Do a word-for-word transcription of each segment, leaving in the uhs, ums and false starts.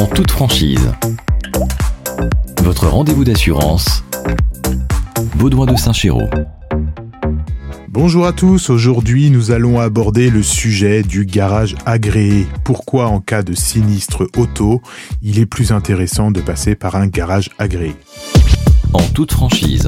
en toute franchise. Votre rendez-vous d'assurance, Baudouin de Saint-Chéraud. Bonjour à tous, aujourd'hui nous allons aborder le sujet du garage agréé. Pourquoi en cas de sinistre auto, il est plus intéressant de passer par un garage agréé. En toute franchise,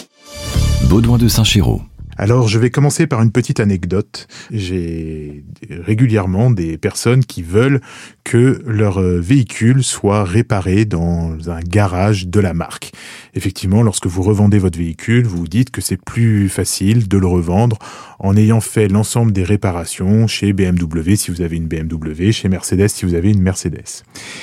Baudouin de Saint-Chéraud. Alors je vais commencer par une petite anecdote. J'ai régulièrement des personnes qui veulent que leur véhicule soit réparé dans un garage de la marque. Effectivement, lorsque vous revendez votre véhicule, vous vous dites que c'est plus facile de le revendre en ayant fait l'ensemble des réparations chez B M W si vous avez une B M W, chez Mercedes si vous avez une Mercedes.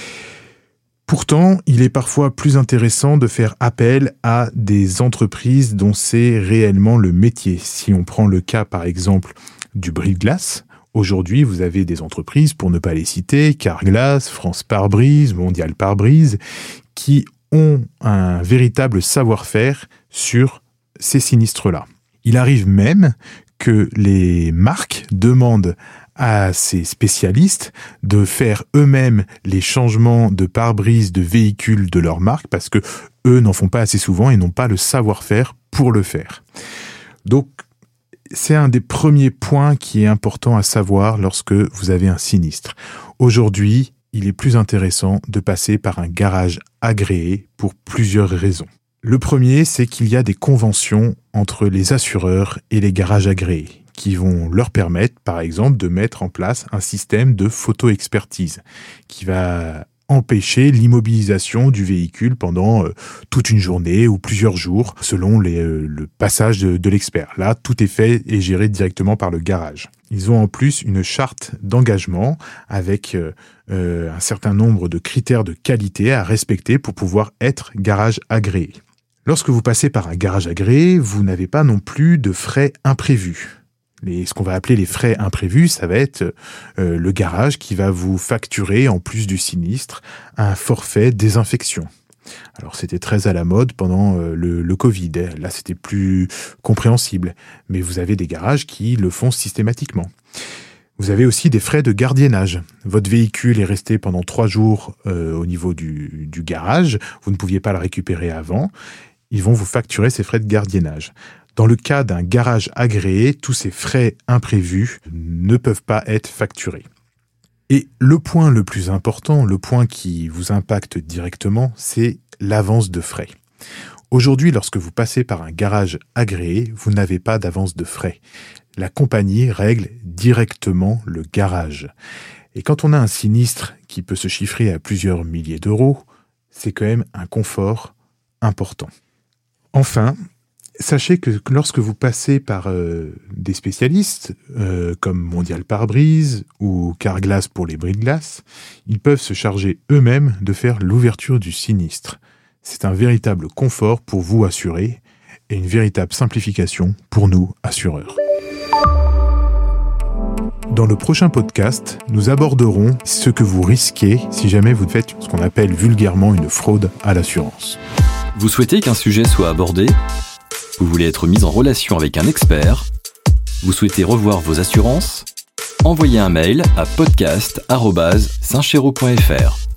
Pourtant, il est parfois plus intéressant de faire appel à des entreprises dont c'est réellement le métier. Si on prend le cas, par exemple, du brise-glace, aujourd'hui, vous avez des entreprises, pour ne pas les citer, Carglass, France Pare-Brise, Mondial Pare-Brise, qui ont un véritable savoir-faire sur ces sinistres-là. Il arrive même que les marques demandent à ces spécialistes de faire eux-mêmes les changements de pare-brise de véhicules de leur marque parce que eux n'en font pas assez souvent et n'ont pas le savoir-faire pour le faire. Donc, c'est un des premiers points qui est important à savoir lorsque vous avez un sinistre. Aujourd'hui, il est plus intéressant de passer par un garage agréé pour plusieurs raisons. Le premier, c'est qu'il y a des conventions entre les assureurs et les garages agréés, qui vont leur permettre, par exemple, de mettre en place un système de photo-expertise qui va empêcher l'immobilisation du véhicule pendant euh, toute une journée ou plusieurs jours, selon les, euh, le passage de, de l'expert. Là, tout est fait et géré directement par le garage. Ils ont en plus une charte d'engagement avec euh, euh, un certain nombre de critères de qualité à respecter pour pouvoir être garage agréé. Lorsque vous passez par un garage agréé, vous n'avez pas non plus de frais imprévus. Les, ce qu'on va appeler les frais imprévus, ça va être euh, le garage qui va vous facturer, en plus du sinistre, un forfait désinfection. Alors c'était très à la mode pendant euh, le, le Covid, là c'était plus compréhensible, mais vous avez des garages qui le font systématiquement. Vous avez aussi des frais de gardiennage. Votre véhicule est resté pendant trois jours euh, au niveau du, du garage, vous ne pouviez pas le récupérer avant, ils vont vous facturer ces frais de gardiennage. Dans le cas d'un garage agréé, tous ces frais imprévus ne peuvent pas être facturés. Et le point le plus important, le point qui vous impacte directement, c'est l'avance de frais. Aujourd'hui, lorsque vous passez par un garage agréé, vous n'avez pas d'avance de frais. La compagnie règle directement le garage. Et quand on a un sinistre qui peut se chiffrer à plusieurs milliers d'euros, c'est quand même un confort important. Enfin, sachez que lorsque vous passez par euh, des spécialistes, euh, comme Mondial Pare-Brise ou Carglass pour les brise-glace, ils peuvent se charger eux-mêmes de faire l'ouverture du sinistre. C'est un véritable confort pour vous assurés et une véritable simplification pour nous assureurs. Dans le prochain podcast, nous aborderons ce que vous risquez si jamais vous faites ce qu'on appelle vulgairement une fraude à l'assurance. Vous souhaitez qu'un sujet soit abordé ? Vous voulez être mis en relation avec un expert ? Vous souhaitez revoir vos assurances ? Envoyez un mail à podcast arobase saint chéraud point f r.